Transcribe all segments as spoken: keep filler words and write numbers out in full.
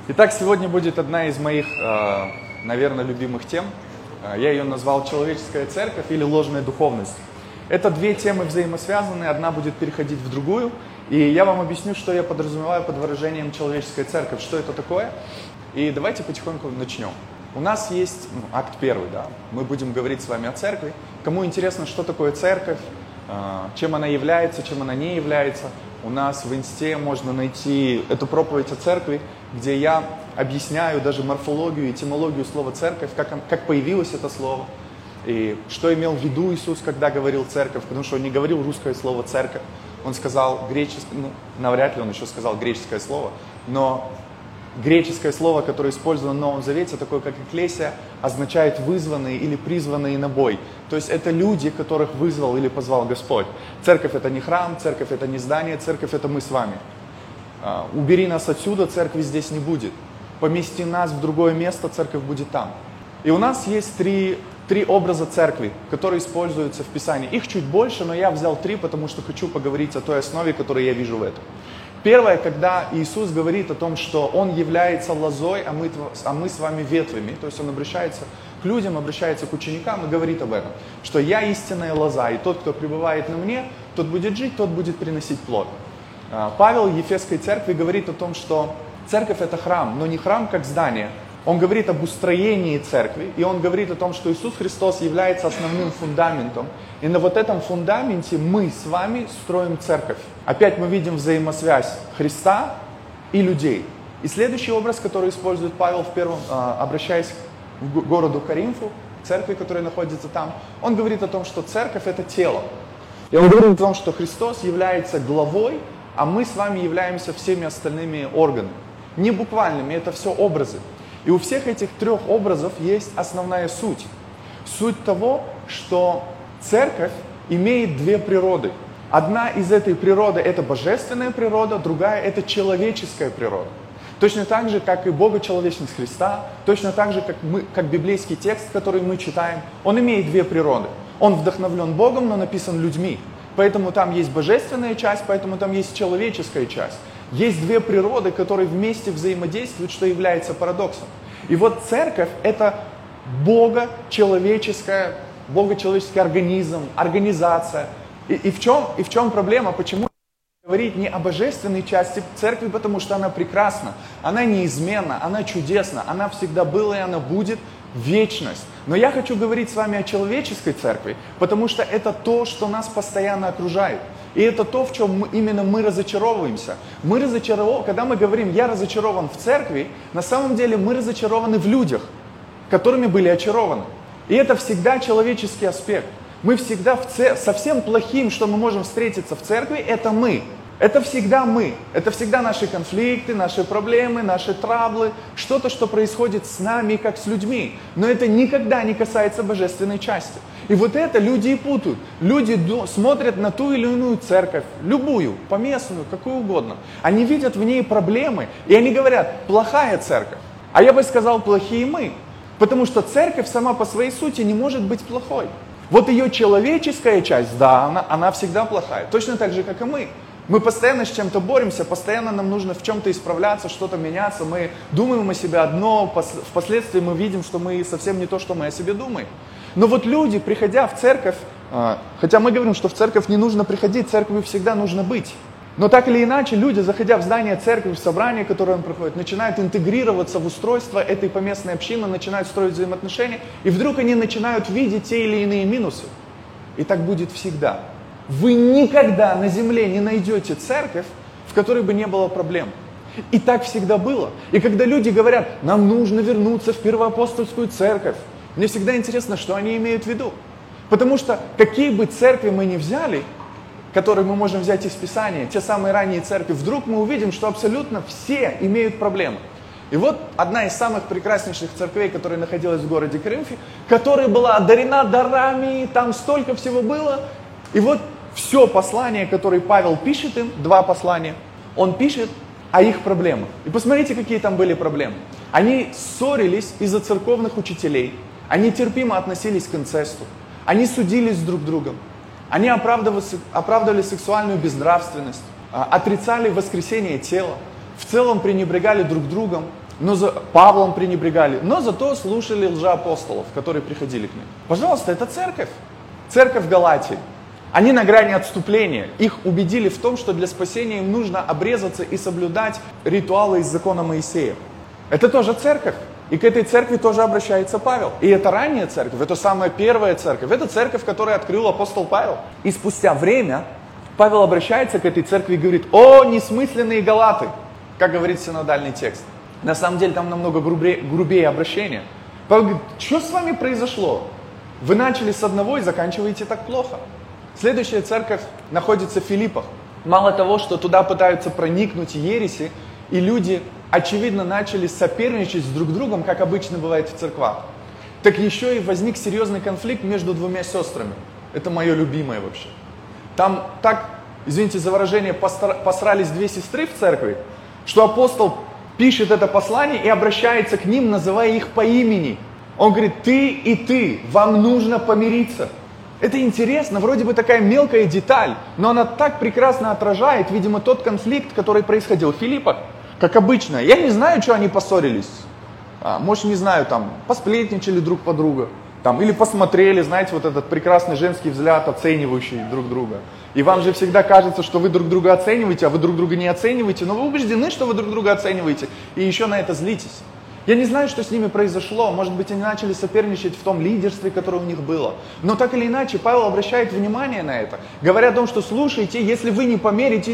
Итак, сегодня будет одна из моих, наверное, любимых тем. Я ее назвал «Человеческая церковь» или «Ложная духовность». Это две темы взаимосвязанные, одна будет переходить в другую. И я вам объясню, что я подразумеваю под выражением «человеческая церковь», что это такое. И давайте потихоньку начнем. У нас есть ну, акт первый, да? Мы будем говорить с вами о церкви. Кому интересно, что такое церковь, чем она является, чем она не является, у нас в инсте можно найти эту проповедь о церкви, где я объясняю даже морфологию, этимологию слова «церковь», как, как появилось это слово, и что имел в виду Иисус, когда говорил «церковь», потому что он не говорил русское слово «церковь», он сказал греческое, ну, навряд ли он еще сказал греческое слово, но греческое слово, которое использовано в Новом Завете, такое как «экклесия», означает «вызванные» или «призванные на бой». То есть это люди, которых вызвал или позвал Господь. Церковь — это не храм, церковь — это не здание, церковь — это мы с вами. Убери нас отсюда, церкви здесь не будет. Помести нас в другое место, церковь будет там. И у нас есть три, три образа церкви, которые используются в Писании. Их чуть больше, но я взял три, потому что хочу поговорить о той основе, которую я вижу в этом. Первое, когда Иисус говорит о том, что Он является лозой, а мы, а мы с вами ветвями. То есть Он обращается к людям, обращается к ученикам и говорит об этом. Что я истинная лоза, и тот, кто пребывает на мне, тот будет жить, тот будет приносить плод. Павел в Ефесской церкви говорит о том, что церковь — это храм, но не храм как здание. Он говорит об устроении церкви, и он говорит о том, что Иисус Христос является основным фундаментом. И на вот этом фундаменте мы с вами строим церковь. Опять мы видим взаимосвязь Христа и людей. И следующий образ, который использует Павел в первом, обращаясь к городу Коринфу, церкви, которая находится там, он говорит о том, что церковь — это тело. И он говорит о том, что Христос является главой, а мы с вами являемся всеми остальными органами. Не буквальными, это все образы. И у всех этих трех образов есть основная суть. Суть того, что церковь имеет две природы. Одна из этой природы – это божественная природа, другая – это человеческая природа. Точно так же, как и богочеловечность Христа, точно так же, как, мы, как библейский текст, который мы читаем, он имеет две природы. Он вдохновлен Богом, но написан людьми. Поэтому там есть божественная часть, поэтому там есть человеческая часть. Есть две природы, которые вместе взаимодействуют, что является парадоксом. И вот церковь – это богочеловеческая, богочеловеческий организм, организация. И, и, в чем, и в чем проблема? Почему говорить не о божественной части церкви? Потому что она прекрасна, она неизменна, она чудесна, она всегда была и она будет вечность. Но я хочу говорить с вами о человеческой церкви, потому что это то, что нас постоянно окружает. И это то, в чем мы, именно мы разочаровываемся. Мы разочарованы, когда мы говорим «я разочарован в церкви», на самом деле мы разочарованы в людях, которыми были очарованы. И это всегда человеческий аспект. Мы всегда в цер... совсем плохим, что мы можем встретиться в церкви, это мы. Это всегда мы. Это всегда наши конфликты, наши проблемы, наши траблы, что-то, что происходит с нами, как с людьми. Но это никогда не касается божественной части. И вот это люди и путают. Люди смотрят на ту или иную церковь, любую, поместную, какую угодно. Они видят в ней проблемы, и они говорят: плохая церковь. А я бы сказал, плохие мы. Потому что церковь сама по своей сути не может быть плохой. Вот ее человеческая часть, да, она, она всегда плохая. Точно так же, как и мы. Мы постоянно с чем-то боремся, постоянно нам нужно в чем-то исправляться, что-то меняться. Мы думаем о себе одно, впоследствии мы видим, что мы совсем не то, что мы о себе думаем. Но вот люди, приходя в церковь, хотя мы говорим, что в церковь не нужно приходить, в церкви всегда нужно быть. Но так или иначе, люди, заходя в здание церкви, в собрание, которое он проходит, начинают интегрироваться в устройство этой поместной общины, начинают строить взаимоотношения, и вдруг они начинают видеть те или иные минусы. И так будет всегда. Вы никогда на земле не найдете церковь, в которой бы не было проблем. И так всегда было. И когда люди говорят: нам нужно вернуться в первоапостольскую церковь, мне всегда интересно, что они имеют в виду. Потому что какие бы церкви мы ни взяли, которые мы можем взять из Писания, те самые ранние церкви, вдруг мы увидим, что абсолютно все имеют проблемы. И вот одна из самых прекраснейших церквей, которая находилась в городе Коринфе, которая была одарена дарами, там столько всего было. И вот все послание, которое Павел пишет им, два послания, он пишет о их проблемах. И посмотрите, какие там были проблемы. Они ссорились из-за церковных учителей, они терпимо относились к инцесту, они судились друг с другом, они оправдывали, оправдывали сексуальную безнравственность, отрицали воскресение тела, в целом пренебрегали друг другом, но за Павлом пренебрегали, но зато слушали лжеапостолов, которые приходили к ним. Пожалуйста, это церковь. Церковь Галатии. Они на грани отступления. Их убедили в том, что для спасения им нужно обрезаться и соблюдать ритуалы из закона Моисея. Это тоже церковь. И к этой церкви тоже обращается Павел. И это ранняя церковь, это самая первая церковь. Это церковь, которую открыл апостол Павел. И спустя время Павел обращается к этой церкви и говорит: «О, несмысленные галаты!» Как говорит синодальный текст. На самом деле там намного грубее, грубее обращение. Павел говорит: что с вами произошло? Вы начали с одного и заканчиваете так плохо. Следующая церковь находится в Филиппах. Мало того, что туда пытаются проникнуть ереси, и люди, очевидно, начали соперничать с друг другом, как обычно бывает в церквах, так еще и возник серьезный конфликт между двумя сестрами. Это мое любимое вообще. Там так, извините за выражение, посрались две сестры в церкви, что апостол пишет это послание и обращается к ним, называя их по имени. Он говорит: ты и ты, вам нужно помириться. Это интересно, вроде бы такая мелкая деталь, но она так прекрасно отражает, видимо, тот конфликт, который происходил в Филиппах. Как обычно. Я не знаю, что они поссорились. А, может, не знаю, там, посплетничали друг по другу. Там, или посмотрели, знаете, вот этот прекрасный женский взгляд, оценивающий друг друга. И вам же всегда кажется, что вы друг друга оцениваете, а вы друг друга не оцениваете, но вы убеждены, что вы друг друга оцениваете, и еще на это злитесь. Я не знаю, что с ними произошло, может быть, они начали соперничать в том лидерстве, которое у них было. Но так или иначе, Павел обращает внимание на это, говоря о том, что слушайте, если вы не помиритесь,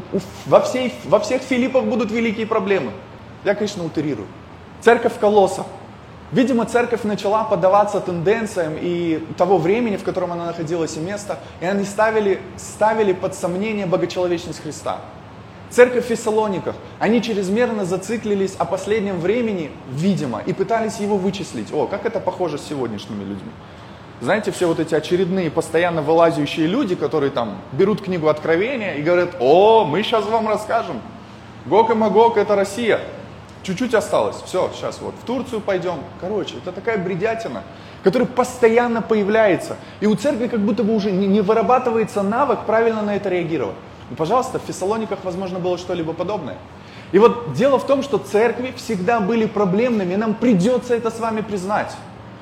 во, всей, во всех Филиппах будут великие проблемы. Я, конечно, утрирую. Церковь в Колоссах. Видимо, церковь начала поддаваться тенденциям и того времени, в котором она находилась, и места, и они ставили, ставили под сомнение богочеловечность Христа. Церковь в Фессалониках, они чрезмерно зациклились о последнем времени, видимо, и пытались его вычислить. О, как это похоже с сегодняшними людьми. Знаете, все вот эти очередные, постоянно вылазящие люди, которые там берут книгу Откровения и говорят: о, мы сейчас вам расскажем. Гог и Магог — это Россия. Чуть-чуть осталось. Все, сейчас вот в Турцию пойдем. Короче, это такая бредятина, которая постоянно появляется. И у церкви как будто бы уже не, не вырабатывается навык правильно на это реагировать. И, пожалуйста, в Фессалониках, возможно, было что-либо подобное. И вот дело в том, что церкви всегда были проблемными, и нам придется это с вами признать.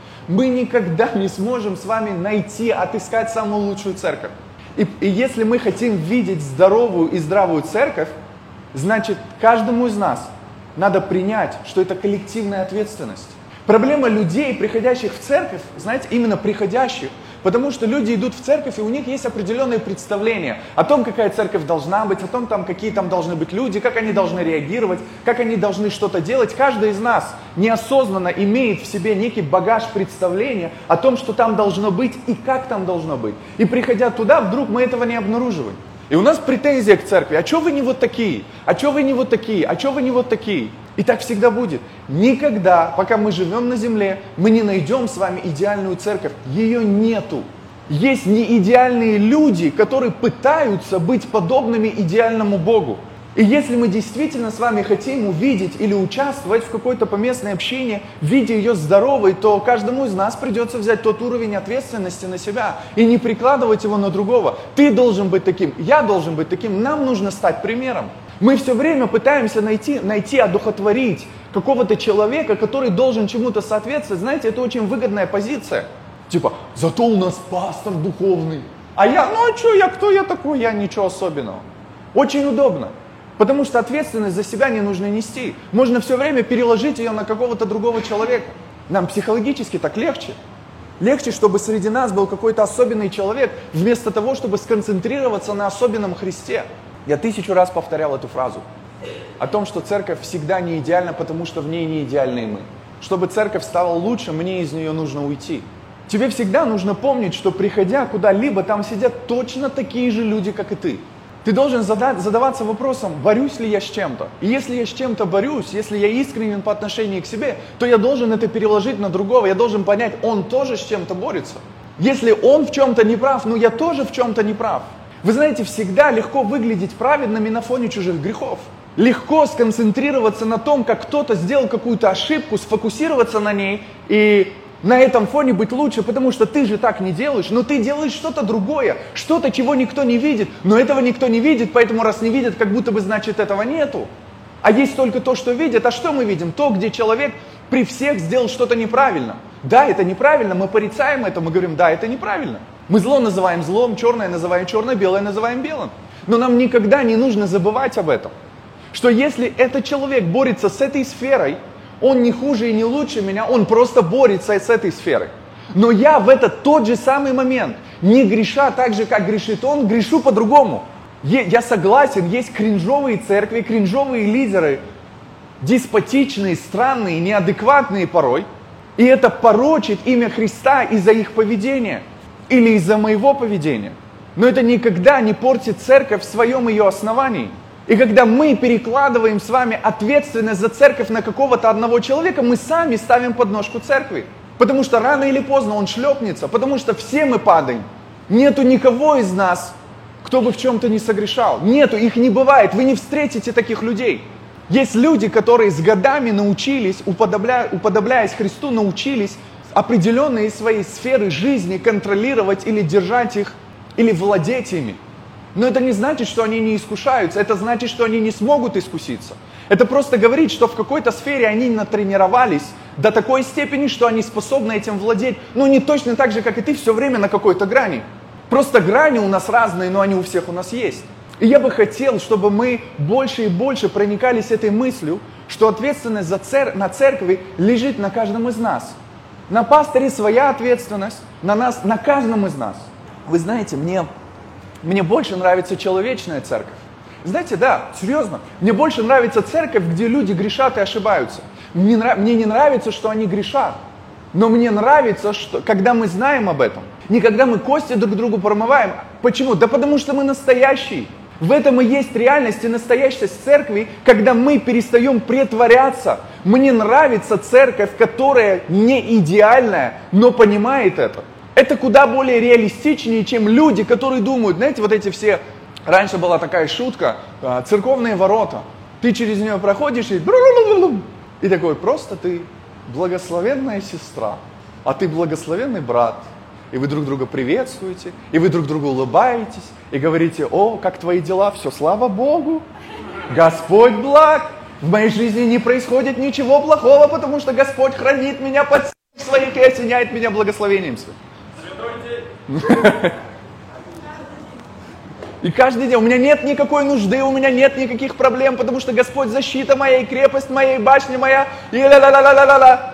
Мы никогда не сможем с вами найти, отыскать самую лучшую церковь. И, и если мы хотим видеть здоровую и здравую церковь, значит, каждому из нас надо принять, что это коллективная ответственность. Проблема людей, приходящих в церковь, знаете, именно приходящих, потому что люди идут в церковь, и у них есть определенные представления о том, какая церковь должна быть, о том, там, какие там должны быть люди, как они должны реагировать, как они должны что-то делать. Каждый из нас неосознанно имеет в себе некий багаж представления о том, что там должно быть и как там должно быть. И приходя туда, вдруг мы этого не обнаруживаем. И у нас претензия к церкви: а что вы не вот такие? А что вы не вот такие? А что вы не вот такие? И так всегда будет. Никогда, пока мы живем на земле, мы не найдем с вами идеальную церковь. Ее нету. Есть неидеальные люди, которые пытаются быть подобными идеальному Богу. И если мы действительно с вами хотим увидеть или участвовать в какой-то поместной общине, видя ее здоровой, то каждому из нас придется взять тот уровень ответственности на себя и не прикладывать его на другого. Ты должен быть таким, я должен быть таким, нам нужно стать примером. Мы все время пытаемся найти, найти, одухотворить какого-то человека, который должен чему-то соответствовать. Знаете, это очень выгодная позиция. Типа: зато у нас пастор духовный. А я, ну а что, я кто я такой? Я ничего особенного. Очень удобно. Потому что ответственность за себя не нужно нести. Можно все время переложить ее на какого-то другого человека. Нам психологически так легче. Легче, чтобы среди нас был какой-то особенный человек, вместо того, чтобы сконцентрироваться на особенном Христе. Я тысячу раз повторял эту фразу. О том, что церковь всегда не идеальна, потому что в ней не идеальны мы. Чтобы церковь стала лучше, мне из нее нужно уйти. Тебе всегда нужно помнить, что приходя куда-либо, там сидят точно такие же люди, как и ты. Ты должен задать, задаваться вопросом: борюсь ли я с чем-то? И если я с чем-то борюсь, если я искренен по отношению к себе, то я должен это переложить на другого. Я должен понять, он тоже с чем-то борется. Если он в чем-то не прав, ну я тоже в чем-то не прав. Вы знаете, всегда легко выглядеть праведными на фоне чужих грехов. Легко сконцентрироваться на том, как кто-то сделал какую-то ошибку, сфокусироваться на ней и на этом фоне быть лучше, потому что ты же так не делаешь, но ты делаешь что-то другое, что-то, чего никто не видит, но этого никто не видит, поэтому раз не видит, как будто бы значит этого нету. А есть только то, что видят. А что мы видим? То, где человек при всех сделал что-то неправильно. Да, это неправильно, мы порицаем это, мы говорим, да, это неправильно. Мы зло называем злом, черное называем черное, белое называем белым. Но нам никогда не нужно забывать об этом. Что если этот человек борется с этой сферой, он не хуже и не лучше меня, он просто борется с этой сферой. Но я в этот тот же самый момент, не греша так же, как грешит он, грешу по-другому. Я согласен, есть кринжовые церкви, кринжовые лидеры, деспотичные, странные, неадекватные порой. И это порочит имя Христа из-за их поведения или из-за моего поведения. Но это никогда не портит церковь в своем ее основании. И когда мы перекладываем с вами ответственность за церковь на какого-то одного человека, мы сами ставим подножку церкви. Потому что рано или поздно он шлепнется, потому что все мы падаем. Нету никого из нас, кто бы в чем-то не согрешал. Нету, их не бывает, вы не встретите таких людей. Есть люди, которые с годами научились, уподобля... уподобляясь Христу, научились определенные свои сферы жизни контролировать или держать их, или владеть ими. Но это не значит, что они не искушаются, это значит, что они не смогут искуситься. Это просто говорит, что в какой-то сфере они натренировались до такой степени, что они способны этим владеть. Но не точно так же, как и ты, все время на какой-то грани. Просто грани у нас разные, но они у всех у нас есть. И я бы хотел, чтобы мы больше и больше проникались этой мыслью, что ответственность за цер... на церкви лежит на каждом из нас. На пасторе своя ответственность, на нас, на каждом из нас. Вы знаете, мне, мне больше нравится человечная церковь. Знаете, да, серьезно, мне больше нравится церковь, где люди грешат и ошибаются. Мне, нрав... мне не нравится, что они грешат, но мне нравится, что... когда мы знаем об этом. Не когда мы кости друг другу промываем. Почему? Да потому что мы настоящие. В этом и есть реальность и настоящесть церкви, когда мы перестаем притворяться. Мне нравится церковь, которая не идеальная, но понимает это. Это куда более реалистичнее, чем люди, которые думают, знаете, вот эти все... Раньше была такая шутка, церковные ворота. Ты через нее проходишь и... И такой, просто ты благословенная сестра, а ты благословенный брат. И вы друг друга приветствуете, и вы друг другу улыбаетесь, и говорите, о, как твои дела, все, слава Богу, Господь благ, в моей жизни не происходит ничего плохого, потому что Господь хранит меня под своих и осеняет меня благословением своим. И каждый день, у меня нет никакой нужды, у меня нет никаких проблем, потому что Господь защита моя, и крепость моя, и башня моя, и ла-ла-ла-ла-ла-ла.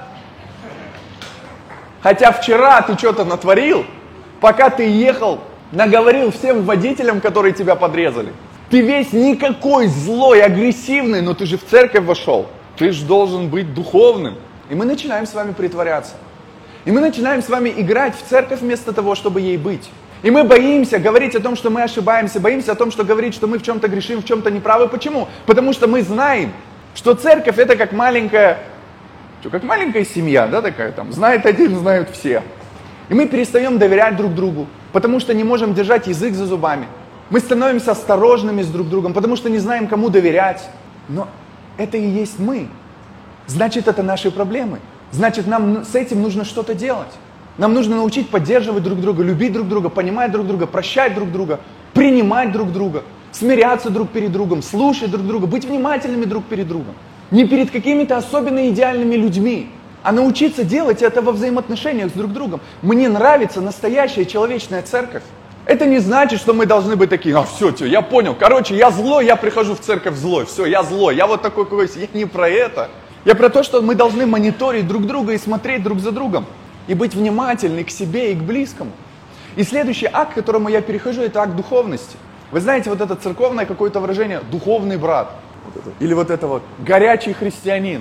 Хотя вчера ты что-то натворил, пока ты ехал, наговорил всем водителям, которые тебя подрезали. Ты весь никакой злой, агрессивный, но ты же в церковь вошел. Ты же должен быть духовным. И мы начинаем с вами притворяться. И мы начинаем с вами играть в церковь вместо того, чтобы ей быть. И мы боимся говорить о том, что мы ошибаемся, боимся о том, что говорить, что мы в чем-то грешим, в чем-то неправы. Почему? Потому что мы знаем, что церковь это как маленькая... Что, как маленькая семья, да, такая там, знает один, знают все. И мы перестаем доверять друг другу, потому что не можем держать язык за зубами. Мы становимся осторожными с друг другом, потому что не знаем, кому доверять. Но это и есть мы. Значит, это наши проблемы. Значит, нам с этим нужно что-то делать. Нам нужно научить поддерживать друг друга, любить друг друга, понимать друг друга, прощать друг друга, принимать друг друга, смиряться друг перед другом, слушать друг друга, быть внимательными друг перед другом. Не перед какими-то особенно идеальными людьми, а научиться делать это во взаимоотношениях с друг другом. Мне нравится настоящая человечная церковь. Это не значит, что мы должны быть такие, а все, тё, я понял, короче, я злой, я прихожу в церковь злой, все, я злой, я вот такой какой-то, я не про это. Я про то, что мы должны мониторить друг друга и смотреть друг за другом, и быть внимательны к себе и к близкому. И следующий акт, к которому я перехожу, это акт духовности. Вы знаете, вот это церковное какое-то выражение, духовный брат. Вот это. Или вот это вот, горячий христианин.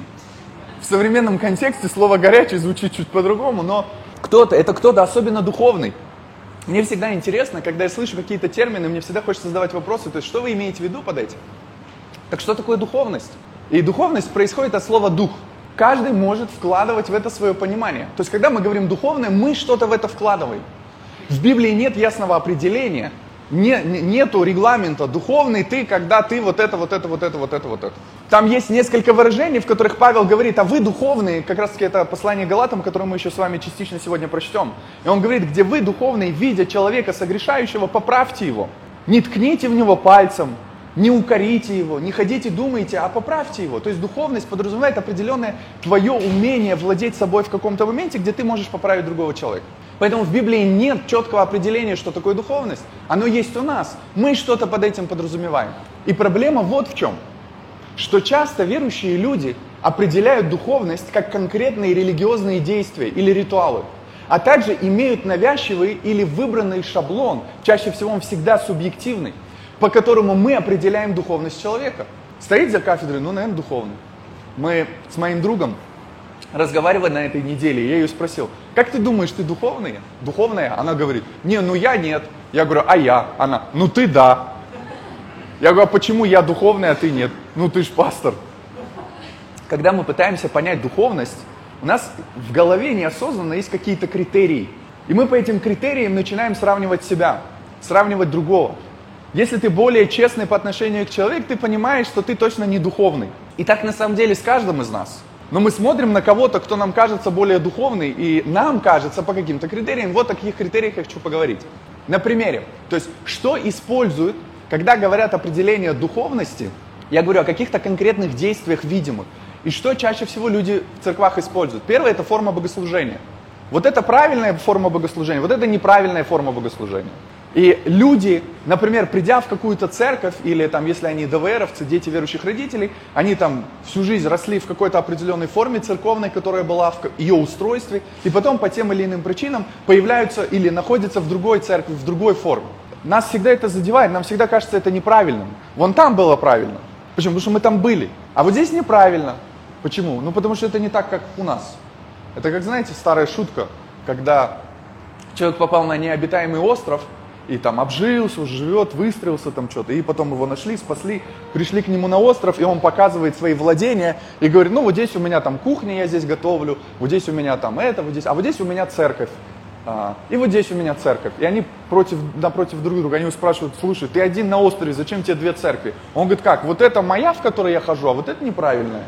В современном контексте слово горячий звучит чуть по-другому, но кто-то, это кто-то особенно духовный. Мне всегда интересно, когда я слышу какие-то термины, мне всегда хочется задавать вопросы, то есть что вы имеете в виду под этим? Так что такое духовность? И духовность происходит от слова дух. Каждый может вкладывать в это свое понимание. То есть когда мы говорим духовное, мы что-то в это вкладываем. В Библии нет ясного определения. Не, не, нету регламента, духовный ты, когда ты вот это, вот это, вот это, вот это, вот это. Там есть несколько выражений, в которых Павел говорит, а вы духовные, как раз таки это послание Галатам, которое мы еще с вами частично сегодня прочтем. И он говорит, где вы духовные, видя человека согрешающего, поправьте его. Не ткните в него пальцем, Не укорите его, не ходите, думайте, а поправьте его. То есть духовность подразумевает определенное твое умение владеть собой в каком-то моменте, где ты можешь поправить другого человека. Поэтому в Библии нет четкого определения, что такое духовность. Оно есть у нас. Мы что-то под этим подразумеваем. И проблема вот в чем. Что часто верующие люди определяют духовность как конкретные религиозные действия или ритуалы, а также имеют навязчивый или выбранный шаблон, чаще всего он всегда субъективный, по которому мы определяем духовность человека. Стоит за кафедрой, ну, наверное, духовный. Мы с моим другом разговаривали на этой неделе, я ее спросил, как ты думаешь, ты духовный? Духовная? Она говорит, не, ну я нет. Я говорю, а я? Она, ну ты да. Я говорю, а почему я духовный, а ты нет? Ну ты ж пастор. Когда мы пытаемся понять духовность, у нас в голове неосознанно есть какие-то критерии. И мы по этим критериям начинаем сравнивать себя, сравнивать другого. Если ты более честный по отношению к человеку, ты понимаешь, что ты точно не духовный. И так на самом деле с каждым из нас. Но мы смотрим на кого-то, кто нам кажется более духовный, и нам кажется по каким-то критериям. Вот о каких критериях я хочу поговорить. На примере. То есть, что используют, когда говорят определение духовности, я говорю о каких-то конкретных действиях видимых. И что чаще всего люди в церквах используют? Первое – это форма богослужения. Вот это правильная форма богослужения, вот это неправильная форма богослужения. И люди, например, придя в какую-то церковь, или там, если они ДВРовцы, дети верующих родителей, они там всю жизнь росли в какой-то определенной форме церковной, которая была в ее устройстве, и потом по тем или иным причинам появляются или находятся в другой церкви, в другой форме. Нас всегда это задевает, нам всегда кажется это неправильным. Вон там было правильно. Почему? Потому что мы там были. А вот здесь неправильно. Почему? Ну потому что это не так, как у нас. Это как, знаете, старая шутка, когда человек попал на необитаемый остров, и там обжился, уже живет, выстроился там что-то, и потом его нашли, спасли, пришли к нему на остров, и он показывает свои владения, и говорит, ну вот здесь у меня там кухня, я здесь готовлю, вот здесь у меня там это, вот здесь, а вот здесь у меня церковь, а, и вот здесь у меня церковь. И они против, напротив друг друга, они его спрашивают, слушай, ты один на острове, зачем тебе две церкви? Он говорит, как, вот это моя, в которой я хожу, а вот это неправильная.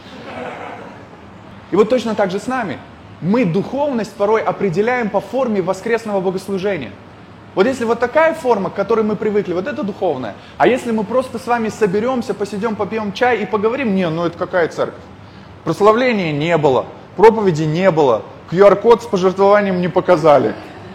И вот точно так же с нами. Мы духовность порой определяем по форме воскресного богослужения. Вот если вот такая форма, к которой мы привыкли, вот это духовная. А если мы просто с вами соберемся, посидем, попьем чай и поговорим, не, ну это какая церковь? Прославления не было, проповеди не было, ку ар код с пожертвованием не показали.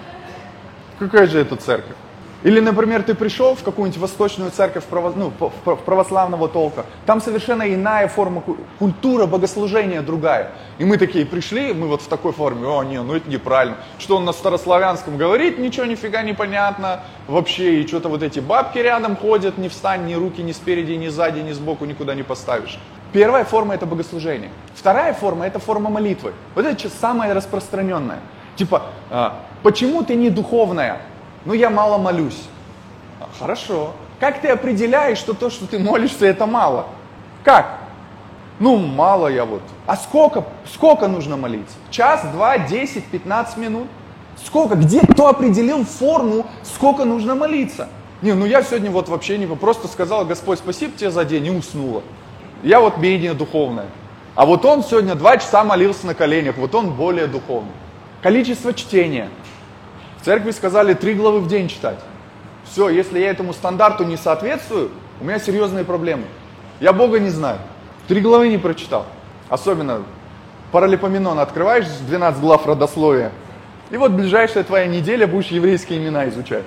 Какая же это церковь? Или, например, ты пришел в какую-нибудь восточную церковь право, ну, православного толка, там совершенно иная форма, культура богослужения другая. И мы такие пришли, мы вот в такой форме, о, не, ну это неправильно. Что он на старославянском говорит, ничего нифига не понятно вообще, и что-то вот эти бабки рядом ходят, не встань, ни руки ни спереди, ни сзади, ни сбоку никуда не поставишь. Первая форма – это богослужение. Вторая форма – это форма молитвы. Вот это самая распространенная. Типа, почему ты не духовная? Ну, я мало молюсь. А, хорошо. Как ты определяешь, что то, что ты молишься, это мало? Как? Ну, мало я вот. А сколько, сколько нужно молиться? Час, два, десять, пятнадцать минут? Сколько? Где? Кто определил форму, сколько нужно молиться? Не, ну я сегодня вот вообще не... Просто сказал, Господь, спасибо тебе за день, и уснула. Я вот менее духовная. А вот он сегодня два часа молился на коленях, вот он более духовный. Количество чтения. В церкви сказали три главы в день читать. Все, если я этому стандарту не соответствую, у меня серьезные проблемы. Я Бога не знаю. Три главы не прочитал. Особенно Паралипоменон открываешь, двенадцать глав родословия. И вот ближайшая твоя неделя будешь еврейские имена изучать.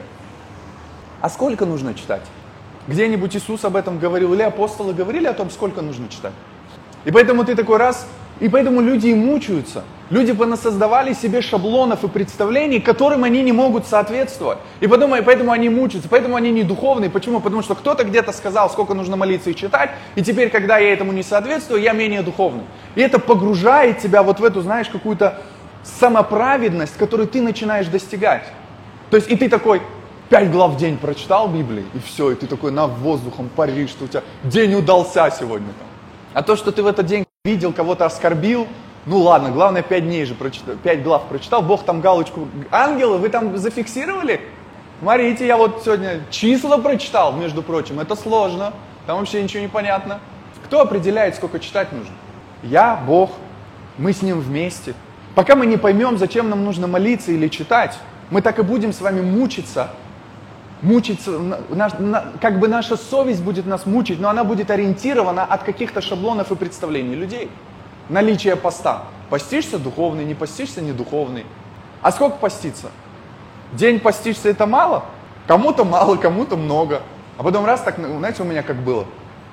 А сколько нужно читать? Где-нибудь Иисус об этом говорил, или апостолы говорили о том, сколько нужно читать? И поэтому ты такой раз... И поэтому люди и мучаются. Люди понасоздавали себе шаблонов и представлений, которым они не могут соответствовать. И поэтому, и поэтому они мучаются, поэтому они не духовные. Почему? Потому что кто-то где-то сказал, сколько нужно молиться и читать, и теперь, когда я этому не соответствую, я менее духовный. И это погружает тебя вот в эту, знаешь, какую-то самоправедность, которую ты начинаешь достигать. То есть и ты такой, пять глав в день прочитал Библии, и все, и ты такой над воздухом паришь, что у тебя день удался сегодня. А то, что ты в этот день видел, кого-то оскорбил, ну ладно, главное пять дней же прочитал, пять глав прочитал, Бог там галочку, ангелы, вы там зафиксировали? Смотрите, я вот сегодня числа прочитал, между прочим, это сложно, там вообще ничего не понятно. Кто определяет, сколько читать нужно? Я, Бог, мы с Ним вместе. Пока мы не поймем, зачем нам нужно молиться или читать, мы так и будем с вами мучиться, мучиться, наш, на, как бы наша совесть будет нас мучить, но она будет ориентирована от каких-то шаблонов и представлений людей. Наличие поста. Постишься — духовный, не постишься — не духовный. А сколько поститься? День постишься — это мало? Кому-то мало, кому-то много. А потом раз так, знаете, у меня как было?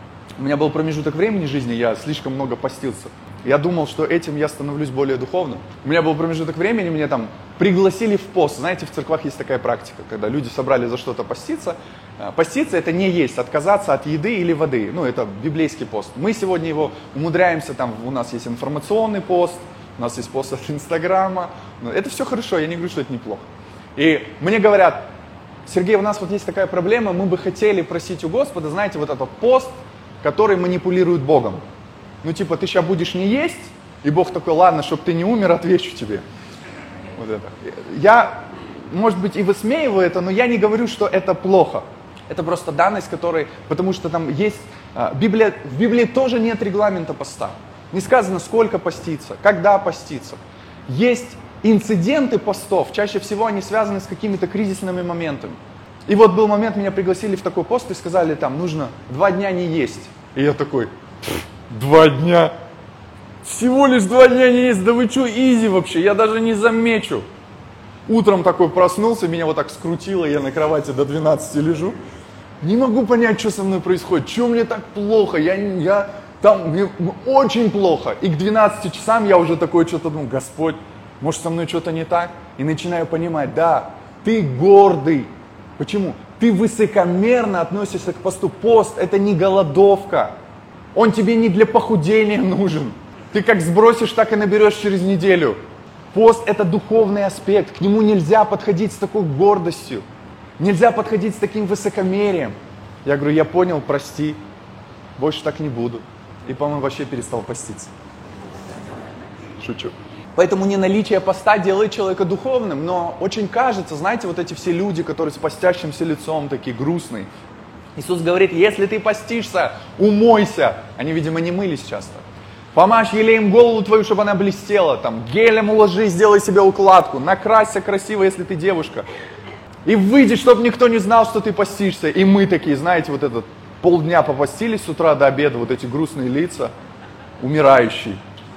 У меня был промежуток времени в жизни, я слишком много постился. Я думал, что этим я становлюсь более духовным. У меня был промежуток времени, меня там пригласили в пост. Знаете, в церквах есть такая практика, когда люди собрали за что-то поститься. Поститься — это не есть, отказаться от еды или воды. Ну, это библейский пост. Мы сегодня его умудряемся, там у нас есть информационный пост, у нас есть пост от Инстаграма. Это все хорошо, я не говорю, что это неплохо. И мне говорят: Сергей, у нас вот есть такая проблема, мы бы хотели просить у Господа, знаете, вот этот пост, который манипулирует Богом. Ну, типа, ты сейчас будешь не есть, и Бог такой: ладно, чтобы ты не умер, отвечу тебе. Вот это. Я, может быть, и высмеиваю это, но я не говорю, что это плохо. Это просто данность, которой, потому что там есть, Библия, в Библии тоже нет регламента поста. Не сказано, сколько поститься, когда поститься. Есть инциденты постов, чаще всего они связаны с какими-то кризисными моментами. И вот был момент, меня пригласили в такой пост и сказали, там, нужно два дня не есть. И я такой: два дня? Всего лишь два дня не есть? Да вы что, изи вообще, я даже не замечу. Утром такой проснулся, меня вот так скрутило, я на кровати до двенадцати лежу. Не могу понять, что со мной происходит, что мне так плохо, я, я там, мне очень плохо. И к двенадцати часам я уже такой что-то думаю: Господь, может, со мной что-то не так? И начинаю понимать: да, ты гордый. Почему? Ты высокомерно относишься к посту. Пост — это не голодовка. Он тебе не для похудения нужен. Ты как сбросишь, так и наберешь через неделю. Пост — это духовный аспект. К нему нельзя подходить с такой гордостью. Нельзя подходить с таким высокомерием. Я говорю: я понял, прости. Больше так не буду. И, по-моему, вообще перестал поститься. Шучу. Поэтому не наличие поста делает человека духовным, но очень кажется, знаете, вот эти все люди, которые с постящимся лицом, такие грустные. Иисус говорит: если ты постишься, умойся. Они, видимо, не мылись часто. Помажь елеем голову твою, чтобы она блестела. Там, гелем уложи, сделай себе укладку. Накрасься красиво, если ты девушка. И выйди, чтобы никто не знал, что ты постишься. И мы такие, знаете, вот этот полдня попостились с утра до обеда, вот эти грустные лица, умирающие.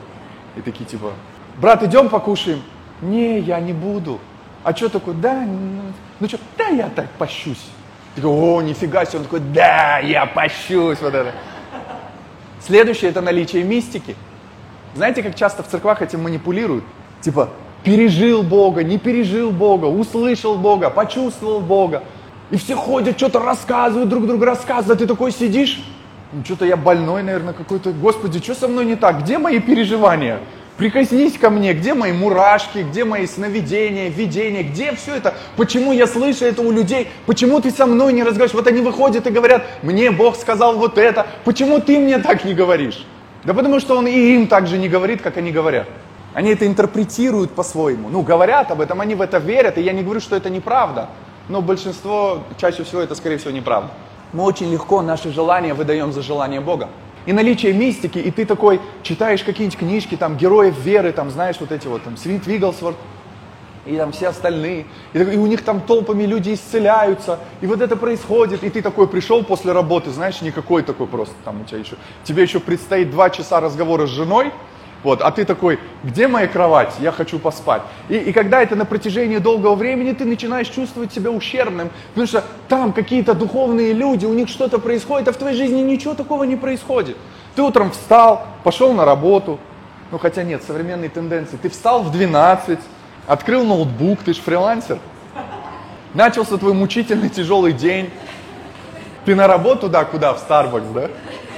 И такие типа: брат, идем покушаем? Не, я не буду. А что такое? Да, ну, ну что, да я так пощусь. Ты такой: о, нифига себе. Он такой: да, я пощусь. Вот это. Следующее — это наличие мистики. Знаете, как часто в церквах этим манипулируют? Типа, пережил Бога, не пережил Бога, услышал Бога, почувствовал Бога. И все ходят, что-то рассказывают, друг другу рассказывают. А ты такой сидишь: ну что-то я больной, наверное, какой-то. Господи, что со мной не так? Где мои переживания? Прикоснись ко мне, где мои мурашки, где мои сновидения, видения, где все это? Почему я слышу это у людей? Почему ты со мной не разговариваешь? Вот они выходят и говорят: мне Бог сказал вот это. Почему ты мне так не говоришь? Да потому что Он и им так же не говорит, как они говорят. Они это интерпретируют по-своему. Ну, говорят об этом, они в это верят, и я не говорю, что это неправда. Но большинство, чаще всего, это, скорее всего, неправда. Мы очень легко наши желания выдаем за желание Бога. И наличие мистики, и ты такой читаешь какие-нибудь книжки, там, героев веры, там, знаешь, вот эти вот, там, Свит Вигглсворт, и там все остальные, и, и у них там толпами люди исцеляются, и вот это происходит, и ты такой пришел после работы, знаешь, никакой такой просто, там, у тебя еще, тебе еще предстоит два часа разговора с женой, вот, а ты такой: где моя кровать? Я хочу поспать. И, и когда это на протяжении долгого времени, ты начинаешь чувствовать себя ущербным, потому что там какие-то духовные люди, у них что-то происходит, а в твоей жизни ничего такого не происходит. Ты утром встал, пошел на работу, ну хотя нет, современные тенденции. Ты встал в двенадцать, открыл ноутбук, ты же фрилансер. Начался твой мучительный тяжелый день. Ты на работу, да, куда? В Starbucks, да?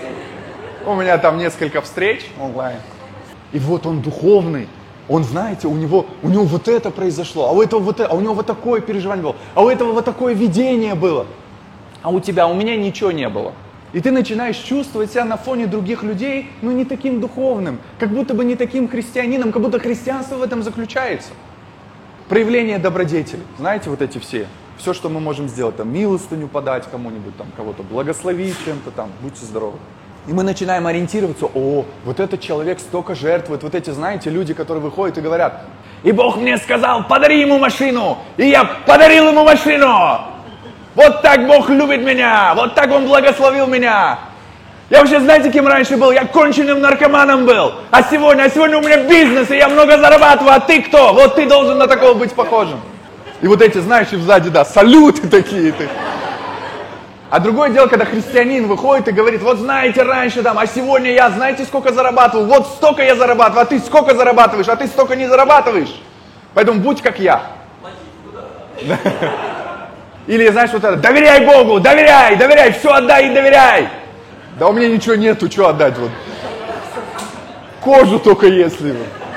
У меня там несколько встреч онлайн. И вот он духовный, он, знаете, у него, у него вот это произошло, а у этого вот это, а у него вот такое переживание было, а у этого вот такое видение было, а у тебя, у меня ничего не было. И ты начинаешь чувствовать себя на фоне других людей, ну, не таким духовным, как будто бы не таким христианином, как будто христианство в этом заключается. Проявление добродетели, знаете, вот эти все, все, что мы можем сделать, там, милостыню подать кому-нибудь, там, кого-то благословить чем-то, там, будьте здоровы. И мы начинаем ориентироваться: о, вот этот человек столько жертвует. Вот эти, знаете, люди, которые выходят и говорят: и Бог мне сказал, подари ему машину, и я подарил ему машину. Вот так Бог любит меня, вот так Он благословил меня. Я вообще, знаете, кем раньше был? Я конченным наркоманом был. А сегодня, а сегодня у меня бизнес, и я много зарабатываю, а ты кто? Вот ты должен на такого быть похожим. И вот эти, знаешь, и сзади, да, салюты такие. Ты. А другое дело, когда христианин выходит и говорит, вот знаете, раньше там, а сегодня я, знаете, сколько зарабатываю? Вот столько я зарабатываю, а ты сколько зарабатываешь, а ты столько не зарабатываешь. Поэтому будь как я. Или, знаешь, вот это, доверяй Богу, доверяй, доверяй, все отдай и доверяй. Да у меня ничего нету, что отдать вот. Кожу только если.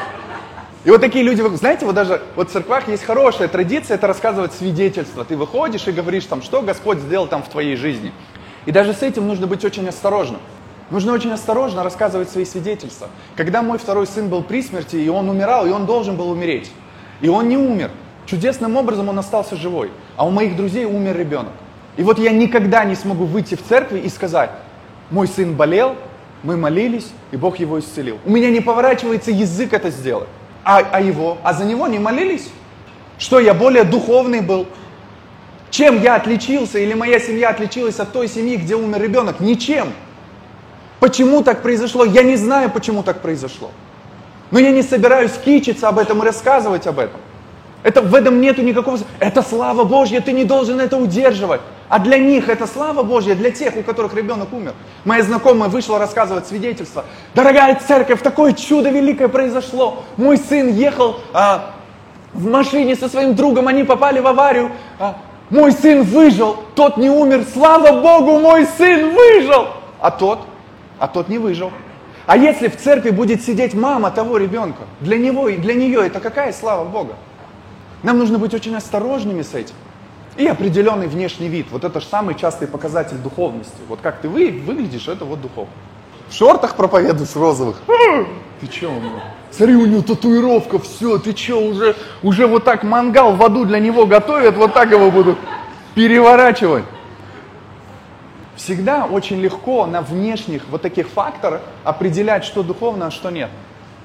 И вот такие люди, знаете, вот даже вот в церквах есть хорошая традиция, это рассказывать свидетельство. Ты выходишь и говоришь там, что Господь сделал там в твоей жизни. И даже с этим нужно быть очень осторожным. Нужно очень осторожно рассказывать свои свидетельства. Когда мой второй сын был при смерти, и он умирал, и он должен был умереть. И он не умер. Чудесным образом он остался живой. А у моих друзей умер ребенок. И вот я никогда не смогу выйти в церковь и сказать, мой сын болел, мы молились, и Бог его исцелил. У меня не поворачивается язык это сделать. А, а его? А за него не молились? Что, я более духовный был? Чем я отличился, или моя семья отличилась от той семьи, где умер ребенок? Ничем. Почему так произошло? Я не знаю, почему так произошло. Но я не собираюсь кичиться об этом и рассказывать об этом. Это, в этом нету никакого... Это слава Божья, ты не должен это удерживать. А для них это слава Божья, для тех, у которых ребенок умер. Моя знакомая вышла рассказывать свидетельство. Дорогая церковь, такое чудо великое произошло. Мой сын ехал а, в машине со своим другом, они попали в аварию. А, мой сын выжил, тот не умер. Слава Богу, мой сын выжил. А тот, а тот не выжил. А если в церкви будет сидеть мама того ребенка, для него и для нее это какая слава Бога? Нам нужно быть очень осторожными с этим. И определенный внешний вид. Вот это же самый частый показатель духовности. Вот как ты вы, выглядишь, это вот духовно. В шортах проповедуешь розовых. Ты че? Смотри, у него татуировка, все, ты че, уже, уже вот так мангал в аду для него готовят, вот так его будут переворачивать. Всегда очень легко на внешних вот таких факторах определять, что духовно, а что нет.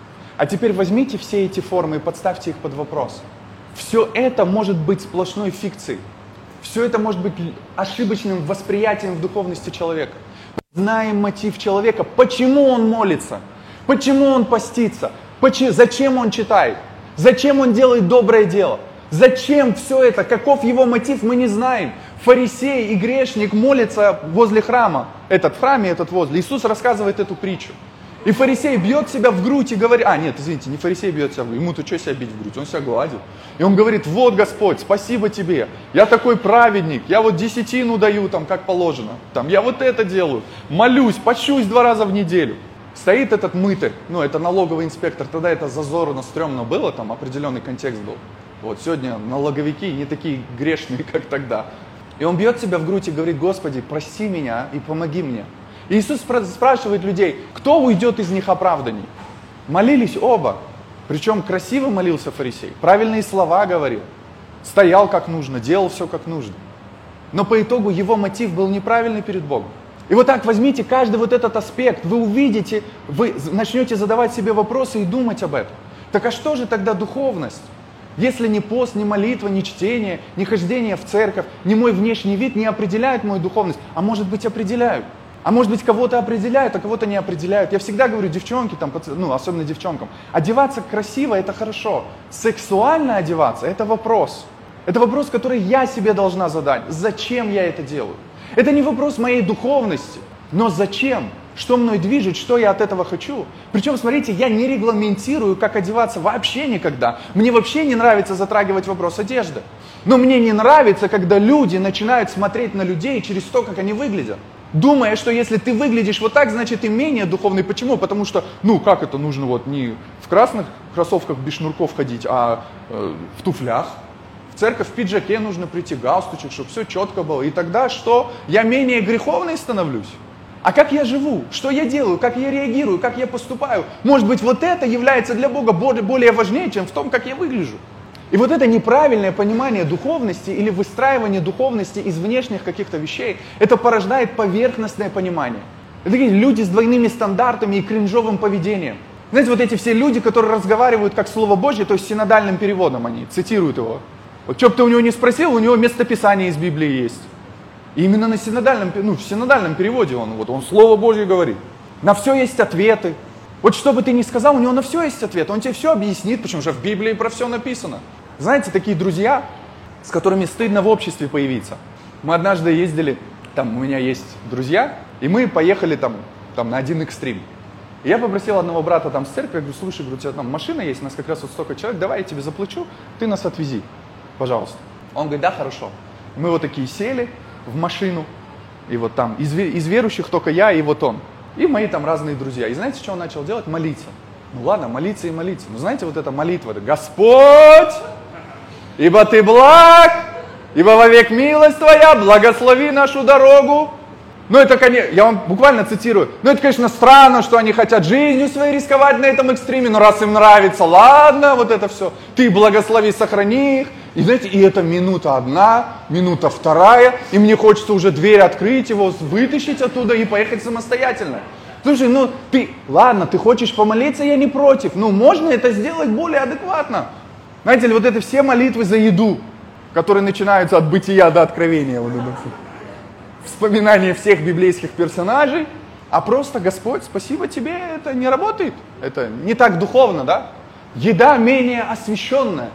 А теперь возьмите все эти формы и подставьте их под вопрос. Все это может быть сплошной фикцией. Все это может быть ошибочным восприятием в духовности человека. Знаем мотив человека, почему он молится, почему он постится, почему, зачем он читает, зачем он делает доброе дело, зачем все это, каков его мотив, мы не знаем. Фарисей и грешник молятся возле храма, этот в храме, этот возле. Иисус рассказывает эту притчу. И фарисей бьет себя в грудь и говорит, а нет, извините, не фарисей бьет себя в грудь, ему-то что себя бить в грудь, он себя гладит. И он говорит, вот Господь, спасибо тебе, я такой праведник, я вот десятину даю там, как положено, там, я вот это делаю, молюсь, пощусь два раза в неделю. Стоит этот мытарь, ну это налоговый инспектор, тогда это зазорно, стрёмно было, там определенный контекст был. Вот сегодня налоговики не такие грешные, как тогда. И он бьет себя в грудь и говорит, Господи, прости меня и помоги мне. И Иисус спрашивает людей, кто уйдет из них оправданий? Молились оба. Причем красиво молился фарисей, правильные слова говорил, стоял как нужно, делал все как нужно. Но по итогу его мотив был неправильный перед Богом. И вот так возьмите каждый вот этот аспект, вы увидите, вы начнете задавать себе вопросы и думать об этом. Так а что же тогда духовность? Если ни пост, ни молитва, ни чтение, ни хождение в церковь, ни мой внешний вид не определяют мою духовность, а может быть определяют. А может быть, кого-то определяют, а кого-то не определяют. Я всегда говорю, девчонки, там, ну, особенно девчонкам, одеваться красиво – это хорошо. Сексуально одеваться – это вопрос. Это вопрос, который я себе должна задать. Зачем я это делаю? Это не вопрос моей духовности, но зачем? Что мной движет, что я от этого хочу? Причем, смотрите, я не регламентирую, как одеваться вообще никогда. Мне вообще не нравится затрагивать вопрос одежды. Но мне не нравится, когда люди начинают смотреть на людей через то, как они выглядят. Думая, что если ты выглядишь вот так, значит ты менее духовный. Почему? Потому что, ну как это нужно вот не в красных кроссовках без шнурков ходить, а э, в туфлях. В церковь в пиджаке нужно прийти, галстучек, чтобы все четко было. И тогда что? Я менее греховный становлюсь? А как я живу? Что я делаю? Как я реагирую? Как я поступаю? Может быть, вот это является для Бога более важнее, чем в том, как я выгляжу. И вот это неправильное понимание духовности или выстраивание духовности из внешних каких-то вещей, это порождает поверхностное понимание. Это такие люди с двойными стандартами и кринжовым поведением. Знаете, вот эти все люди, которые разговаривают как Слово Божье, то есть синодальным переводом они цитируют его. Вот что бы ты у него не спросил, у него местописание из Библии есть. И именно на синодальном, ну, в синодальном переводе он, вот, он Слово Божье говорит. На все есть ответы. Вот что бы ты ни сказал, у него на все есть ответ. Он тебе все объяснит, потому что в Библии про все написано. Знаете, такие друзья, с которыми стыдно в обществе появиться. Мы однажды ездили, там у меня есть друзья, и мы поехали там, там на один экстрим. И я попросил одного брата там с церкви, я говорю, слушай, говорю, у тебя там машина есть, у нас как раз вот столько человек, давай я тебе заплачу, ты нас отвези, пожалуйста. Он говорит, да, хорошо. Мы вот такие сели в машину, и вот там из, из верующих только я и вот он. И мои там разные друзья. И знаете, что он начал делать? Молиться. Ну ладно, молиться и молиться. Но знаете, вот эта молитва, это Господь, ибо Ты благ, ибо вовек милость Твоя, благослови нашу дорогу. Ну это, конечно, я вам буквально цитирую, ну это, конечно, странно, что они хотят жизнью своей рисковать на этом экстриме, но раз им нравится, ладно, вот это все, Ты благослови, сохрани их. И знаете, и это минута одна, минута вторая, и мне хочется уже дверь открыть, его вытащить оттуда и поехать самостоятельно. Слушай, ну ты, ладно, ты хочешь помолиться, я не против, но можно это сделать более адекватно. Знаете ли, вот это все молитвы за еду, которые начинаются от бытия до откровения, вот это все. Вспоминание всех библейских персонажей, а просто Господь, спасибо тебе, это не работает, это не так духовно, да? Еда менее освященная.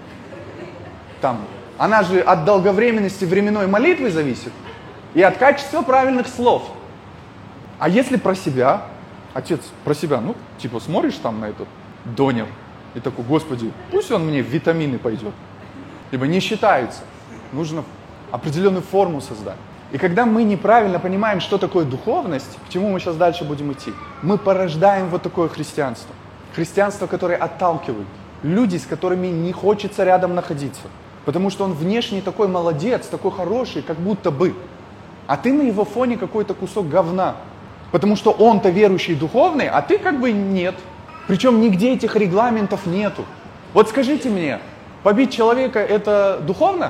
Там, она же от долговременности временной молитвы зависит и от качества правильных слов. А если про себя, отец, про себя, ну, типа смотришь там на этот донер и такой, Господи, пусть он мне в витамины пойдет. Ибо не считается, нужно определенную форму создать. И когда мы неправильно понимаем, что такое духовность, к чему мы сейчас дальше будем идти, мы порождаем вот такое христианство. Христианство, которое отталкивает. Люди, с которыми не хочется рядом находиться. Потому что он внешне такой молодец, такой хороший, как будто бы. А ты на его фоне какой-то кусок говна. Потому что он-то верующий духовный, а ты как бы нет. Причем нигде этих регламентов нету. Вот скажите мне, побить человека это духовно?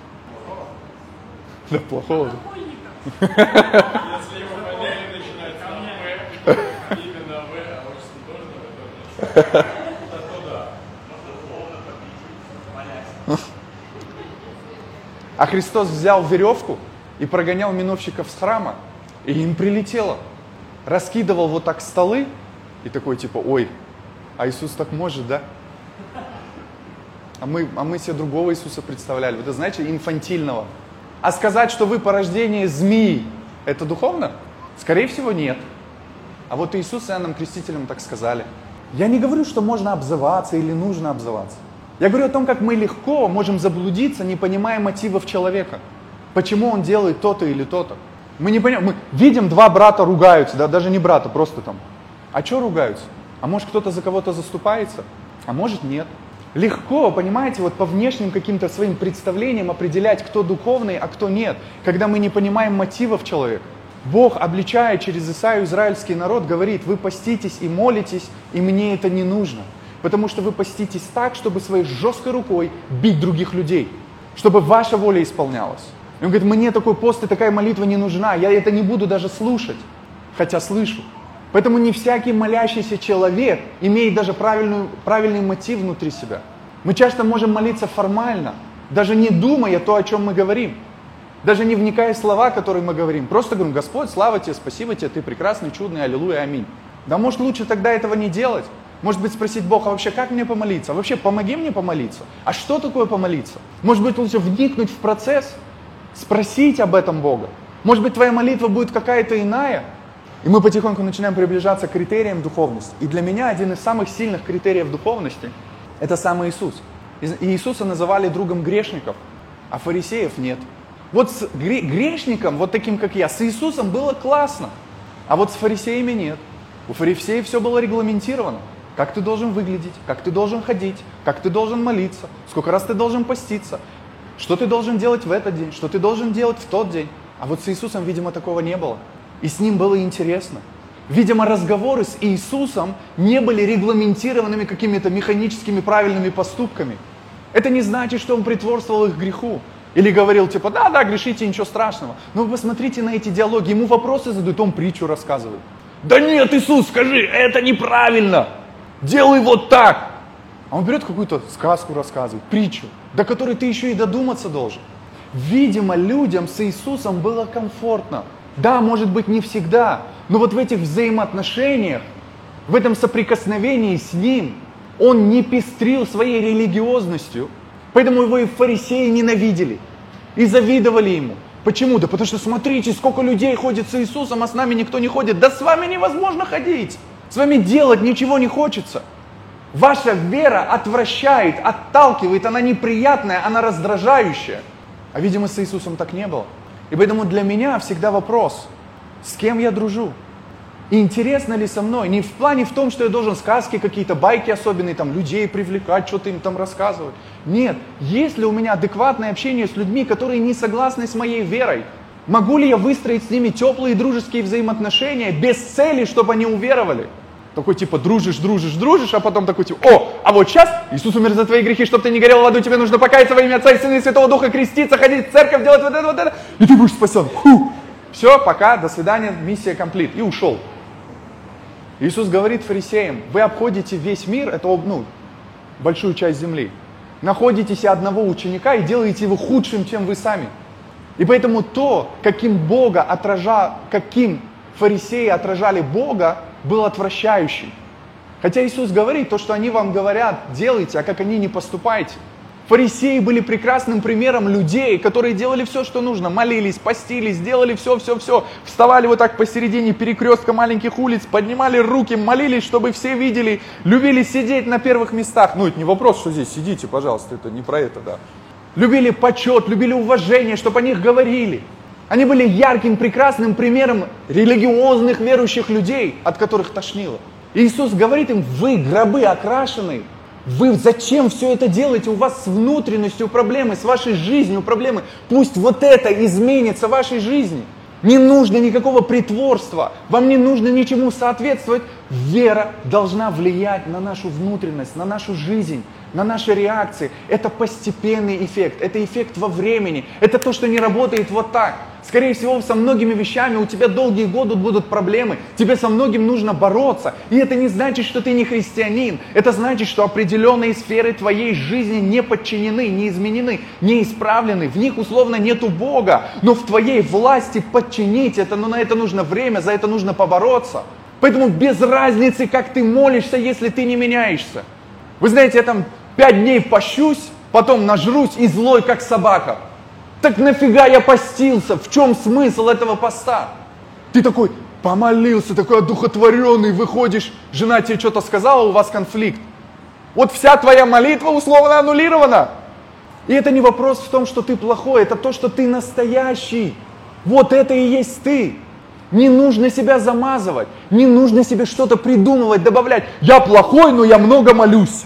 Да, плохого. Если его победы начинаются на «вы», именно «вы», а очень сложно, то да. А Христос взял веревку и прогонял миновщиков с храма, и им прилетело. Раскидывал вот так столы, и такой типа, ой, а Иисус так может, да? А мы, а мы себе другого Иисуса представляли, вот это, знаете, инфантильного. А сказать, что вы порождение змеи, это духовно? Скорее всего, нет. А вот Иисус и Иоанном Крестителем так сказали. Я не говорю, что можно обзываться или нужно обзываться. Я говорю о том, как мы легко можем заблудиться, не понимая мотивов человека. Почему он делает то-то или то-то. Мы не понимаем, мы видим, два брата ругаются, да, даже не брата, просто там. А что ругаются? А может кто-то за кого-то заступается? А может нет. Легко, понимаете, вот по внешним каким-то своим представлениям определять, кто духовный, а кто нет, когда мы не понимаем мотивов человека. Бог, обличая через Исаию израильский народ, говорит, вы поститесь и молитесь, и мне это не нужно. Потому что вы поститесь так, чтобы своей жесткой рукой бить других людей, чтобы ваша воля исполнялась. И он говорит, мне такой пост и такая молитва не нужна, я это не буду даже слушать, хотя слышу. Поэтому не всякий молящийся человек имеет даже правильную, правильный мотив внутри себя. Мы часто можем молиться формально, даже не думая то, о чем мы говорим. Даже не вникая в слова, которые мы говорим. Просто говорим, Господь, слава тебе, спасибо тебе, ты прекрасный, чудный, аллилуйя, аминь. Да может лучше тогда этого не делать? Может быть спросить Бога, а вообще как мне помолиться? А вообще помоги мне помолиться? А что такое помолиться? Может быть лучше вникнуть в процесс, спросить об этом Бога? Может быть твоя молитва будет какая-то иная? И мы потихоньку начинаем приближаться к критериям духовности. И для меня один из самых сильных критериев духовности – это сам Иисус. И Иисуса называли другом грешников, а фарисеев нет. Вот с грешником, вот таким как я, с Иисусом было классно, а вот с фарисеями нет. У фарисеев все было регламентировано. Как ты должен выглядеть, как ты должен ходить, как ты должен молиться, сколько раз ты должен поститься, что ты должен делать в этот день, что ты должен делать в тот день. А вот с Иисусом, видимо, такого не было. И с ним было интересно. Видимо, разговоры с Иисусом не были регламентированными какими-то механическими правильными поступками. Это не значит, что он притворствовал их греху. Или говорил, типа, да-да, грешите, ничего страшного. Но вы посмотрите на эти диалоги, ему вопросы задают, он притчу рассказывает. Да нет, Иисус, скажи, это неправильно. Делай вот так. А он берет какую-то сказку рассказывает, притчу, до которой ты еще и додуматься должен. Видимо, людям с Иисусом было комфортно. Да, может быть, не всегда, но вот в этих взаимоотношениях, в этом соприкосновении с Ним, Он не пестрил своей религиозностью, поэтому Его и фарисеи ненавидели и завидовали Ему. Почему? Да потому что смотрите, сколько людей ходит с Иисусом, а с нами никто не ходит. Да с вами невозможно ходить, с вами делать ничего не хочется. Ваша вера отвращает, отталкивает, она неприятная, она раздражающая. А видимо, с Иисусом так не было. И поэтому для меня всегда вопрос, с кем я дружу? И интересно ли со мной? Не в плане в том, что я должен сказки какие-то, байки особенные, там, людей привлекать, что-то им там рассказывать. Нет, есть ли у меня адекватное общение с людьми, которые не согласны с моей верой? Могу ли я выстроить с ними теплые дружеские взаимоотношения без цели, чтобы они уверовали? Такой типа дружишь, дружишь, дружишь, а потом такой типа, о, а вот сейчас Иисус умер за твои грехи, чтобы ты не горел в аду, тебе нужно покаяться во имя Отца и Сына и Святого Духа, креститься, ходить в церковь, делать вот это, вот это, и ты будешь спасен. Фу. Все, пока, до свидания, миссия комплит. И ушел. Иисус говорит фарисеям, вы обходите весь мир, это ну, большую часть земли, находите себе одного ученика и делаете его худшим, чем вы сами. И поэтому то, каким Бога отража, каким фарисеи отражали Бога, был отвращающий. Хотя Иисус говорит, то, что они вам говорят, делайте, а как они не поступайте. Фарисеи были прекрасным примером людей, которые делали все, что нужно. Молились, постились, делали все, все, все. Вставали вот так посередине перекрестка маленьких улиц, поднимали руки, молились, чтобы все видели. Любили сидеть на первых местах. Ну, это не вопрос, что здесь сидите, пожалуйста, это не про это, да. Любили почет, любили уважение, чтобы о них говорили. Они были ярким, прекрасным примером религиозных верующих людей, от которых тошнило. И Иисус говорит им, вы гробы окрашенные. Вы зачем все это делаете? У вас с внутренностью проблемы, с вашей жизнью проблемы. Пусть вот это изменится в вашей жизни. Не нужно никакого притворства. Вам не нужно ничему соответствовать. Вера должна влиять на нашу внутренность, на нашу жизнь, на наши реакции. Это постепенный эффект. Это эффект во времени. Это то, что не работает вот так. Скорее всего, со многими вещами у тебя долгие годы будут проблемы. Тебе со многим нужно бороться. И это не значит, что ты не христианин. Это значит, что определенные сферы твоей жизни не подчинены, не изменены, не исправлены. В них условно нету Бога. Но в твоей власти подчинить это, но на это нужно время, за это нужно побороться. Поэтому без разницы, как ты молишься, если ты не меняешься. Вы знаете, я там пять дней пощусь, потом нажрусь и злой, как собака. Так нафига я постился? В чем смысл этого поста? Ты такой помолился, такой одухотворенный, выходишь, жена тебе что-то сказала, у вас конфликт. Вот вся твоя молитва условно аннулирована. И это не вопрос в том, что ты плохой, это то, что ты настоящий. Вот это и есть ты. Не нужно себя замазывать, не нужно себе что-то придумывать, добавлять. Я плохой, но я много молюсь.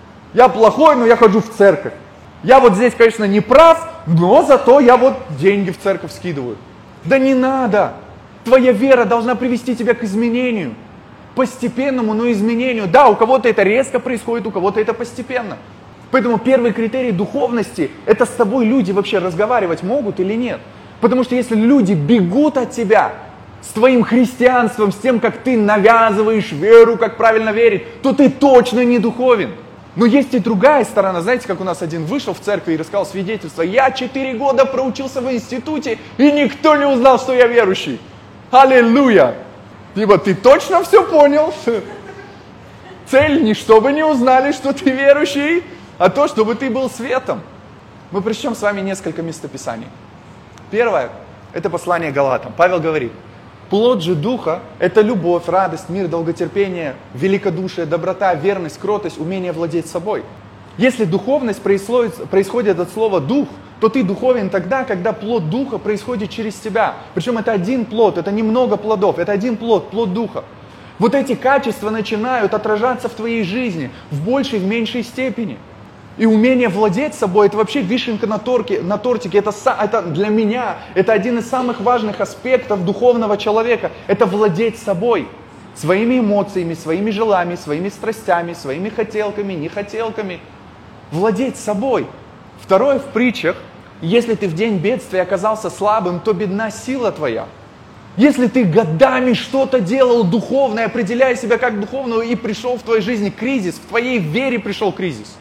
Я плохой, но я хожу в церковь. Я вот здесь, конечно, не прав, но зато я вот деньги в церковь скидываю. Да не надо. Твоя вера должна привести тебя к изменению. Постепенному, но изменению. Да, у кого-то это резко происходит, у кого-то это постепенно. Поэтому первый критерий духовности – это с тобой люди вообще разговаривать могут или нет. Потому что если люди бегут от тебя с твоим христианством, с тем, как ты навязываешь веру, как правильно верить, то ты точно не духовен. Но есть и другая сторона. Знаете, как у нас один вышел в церкви и рассказал свидетельство. Я четыре года проучился в институте, и никто не узнал, что я верующий. Аллилуйя! Типа, ты точно все понял? Цель не чтобы не узнали, что ты верующий, а то, чтобы ты был светом. Мы прочтем с вами несколько местописаний. Первое – это послание Галатам. Павел говорит, плод же Духа – это любовь, радость, мир, долготерпение, великодушие, доброта, верность, кротость, умение владеть собой. Если духовность происходит, происходит от слова «дух», то ты духовен тогда, когда плод Духа происходит через тебя. Причем это один плод, это не много плодов, это один плод, плод Духа. Вот эти качества начинают отражаться в твоей жизни в большей, в меньшей степени. И умение владеть собой – это вообще вишенка на, торке, на тортике. Это, это для меня, это один из самых важных аспектов духовного человека. Это владеть собой, своими эмоциями, своими желаниями, своими страстями, своими хотелками, нехотелками. Владеть собой. Второе в притчах. Если ты в день бедствия оказался слабым, то бедна сила твоя. Если ты годами что-то делал духовное, определяя себя как духовного, и пришел в твоей жизни кризис, в твоей вере пришел кризис.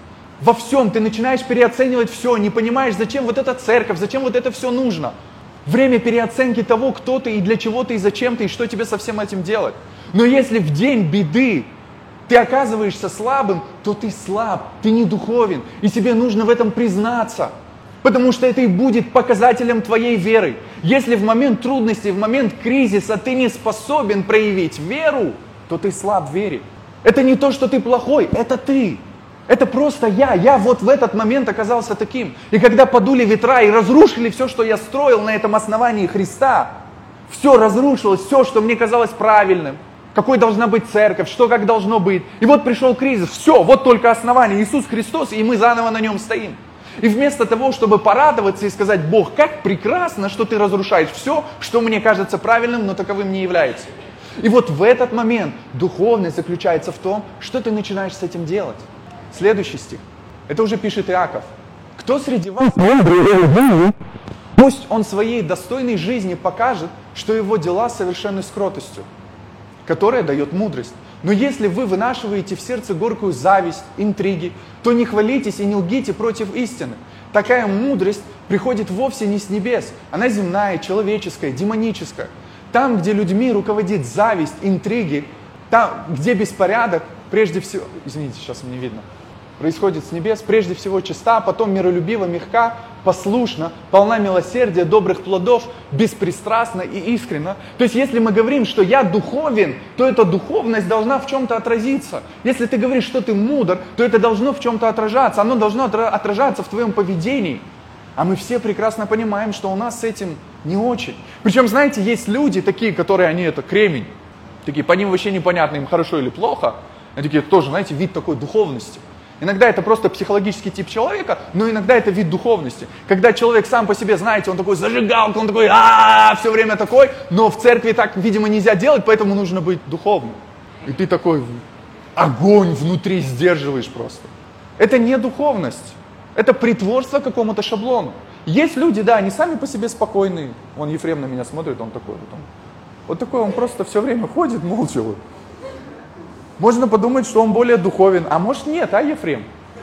во всем ты начинаешь переоценивать все, не понимаешь, зачем вот эта церковь, зачем вот это все нужно. Время переоценки того, кто ты и для чего ты и зачем ты и что тебе со всем этим делать. Но если в день беды ты оказываешься слабым, то ты слаб, ты не духовен, и тебе нужно в этом признаться. Потому что это и будет показателем твоей веры. Если в момент трудностей, в момент кризиса ты не способен проявить веру, то ты слаб в вере. Это не то, что ты плохой, это ты. Это просто я. Я вот в этот момент оказался таким. И когда подули ветра и разрушили все, что я строил на этом основании Христа, все разрушилось, все, что мне казалось правильным. Какой должна быть церковь, что как должно быть. И вот пришел кризис. Все, вот только основание Иисус Христос, и мы заново на нем стоим. И вместо того, чтобы порадоваться и сказать: Бог, как прекрасно, что ты разрушаешь все, что мне кажется правильным, но таковым не является. И вот в этот момент духовность заключается в том, что ты начинаешь с этим делать. Следующий стих. Это уже пишет Иаков. Кто среди вас мудрый, пусть он своей достойной жизни покажет, что его дела совершенны с кротостью, которая дает мудрость. Но если вы вынашиваете в сердце горькую зависть, интриги, то не хвалитесь и не лгите против истины. Такая мудрость приходит вовсе не с небес. Она земная, человеческая, демоническая. Там, где людьми руководит зависть, интриги, там, где беспорядок, прежде всего, извините, сейчас мне видно, происходит с небес, прежде всего чиста, потом миролюбива, мягка, послушна, полна милосердия, добрых плодов, беспристрастна и искренна. То есть, если мы говорим, что я духовен, то эта духовность должна в чем-то отразиться. Если ты говоришь, что ты мудр, то это должно в чем-то отражаться. Оно должно отражаться в твоем поведении. А мы все прекрасно понимаем, что у нас с этим не очень. Причем, знаете, есть люди такие, которые, они это кремень, такие, по ним вообще непонятно, им хорошо или плохо. Они такие, тоже, знаете, вид такой духовности. Иногда это просто психологический тип человека, но иногда это вид духовности. Когда человек сам по себе, знаете, он такой зажигалка, он такой, а все время такой, но в церкви так, видимо, нельзя делать, поэтому нужно быть духовным. И ты такой огонь внутри сдерживаешь просто. Это не духовность, это притворство какому-то шаблону. Есть люди, да, они сами по себе спокойные. Вон Ефрем на меня смотрит, он такой вот он. Вот такой он просто все время ходит молча. Вот. Можно подумать, что он более духовен, а может нет, а, Ефрем?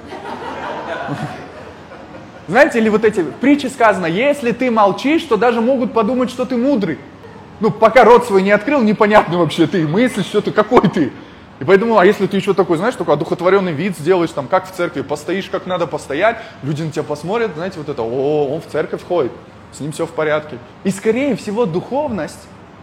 Знаете, или вот эти в притче сказано, если ты молчишь, то даже могут подумать, что ты мудрый. Ну, пока рот свой не открыл, непонятно вообще, ты мыслишь, что ты, какой ты. И поэтому, а если ты еще такой, знаешь, такой одухотворенный вид сделаешь, там, как в церкви, постоишь, как надо постоять, люди на тебя посмотрят, знаете, вот это, о, он в церковь ходит, с ним все в порядке. И скорее всего духовность,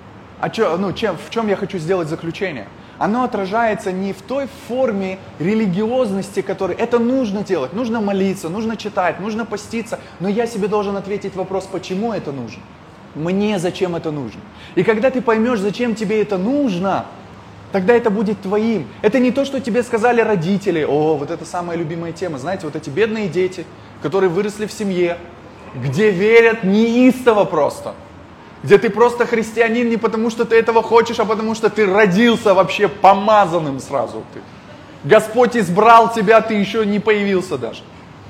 а чё, ну, чем, в чем я хочу сделать заключение? Оно отражается не в той форме религиозности, которой это нужно делать. Нужно молиться, нужно читать, нужно поститься. Но я себе должен ответить вопрос, почему это нужно? Мне зачем это нужно? И когда ты поймешь, зачем тебе это нужно, тогда это будет твоим. Это не то, что тебе сказали родители. О, вот это самая любимая тема. Знаете, вот эти бедные дети, которые выросли в семье, где верят неистово просто. Где ты просто христианин не потому, что ты этого хочешь, а потому, что ты родился вообще помазанным сразу. Ты. Господь избрал тебя, ты еще не появился даже.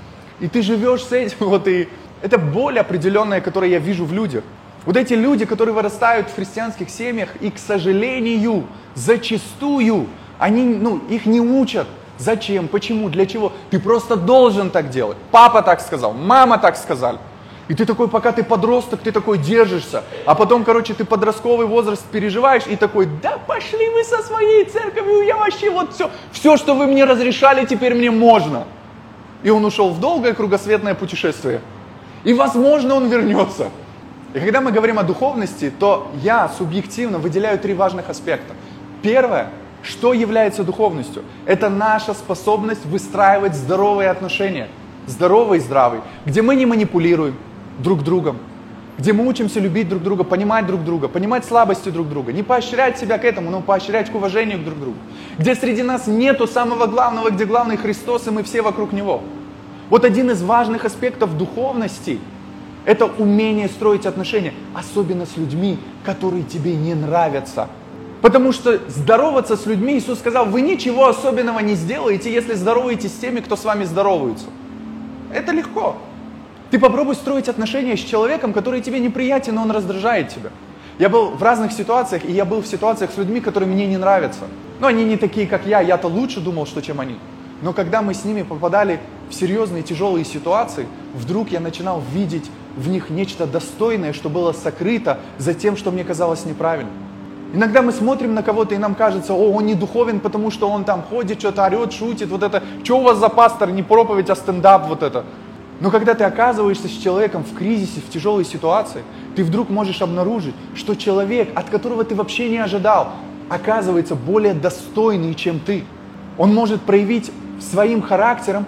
И ты живешь с этим, вот и это боль определенная, которую я вижу в людях. Вот эти люди, которые вырастают в христианских семьях, и, к сожалению, зачастую, они, ну, их не учат. Зачем, почему, для чего? Ты просто должен так делать. Папа так сказал, мама так сказали. И ты такой, пока ты подросток, ты такой держишься. А потом, короче, ты подростковый возраст переживаешь и такой, да пошли вы со своей церковью, я вообще вот все, все, что вы мне разрешали, теперь мне можно. И он ушел в долгое кругосветное путешествие. И, возможно, он вернется. И когда мы говорим о духовности, то я субъективно выделяю три важных аспекта. Первое, что является духовностью? Это наша способность выстраивать здоровые отношения. Здоровый и здравый. Где мы не манипулируем друг другом, где мы учимся любить друг друга, понимать друг друга, понимать слабости друг друга, не поощрять себя к этому, но поощрять к уважению друг к другу, где среди нас нету самого главного, где главный Христос, и мы все вокруг Него. Вот один из важных аспектов духовности – это умение строить отношения, особенно с людьми, которые тебе не нравятся. Потому что здороваться с людьми, Иисус сказал, вы ничего особенного не сделаете, если здороваетесь с теми, кто с вами здоровается. Это легко. Ты попробуй строить отношения с человеком, который тебе неприятен, но он раздражает тебя. Я был в разных ситуациях, и я был в ситуациях с людьми, которые мне не нравятся. Но они не такие, как я, я-то лучше думал, что чем они. Но когда мы с ними попадали в серьезные тяжелые ситуации, вдруг я начинал видеть в них нечто достойное, что было сокрыто за тем, что мне казалось неправильным. Иногда мы смотрим на кого-то, и нам кажется, о, он не духовен, потому что он там ходит, что-то орет, шутит, вот это. Что у вас за пастор, не проповедь, а стендап, вот это. Но когда ты оказываешься с человеком в кризисе, в тяжелой ситуации, ты вдруг можешь обнаружить, что человек, от которого ты вообще не ожидал, оказывается более достойный, чем ты. Он может проявить своим характером,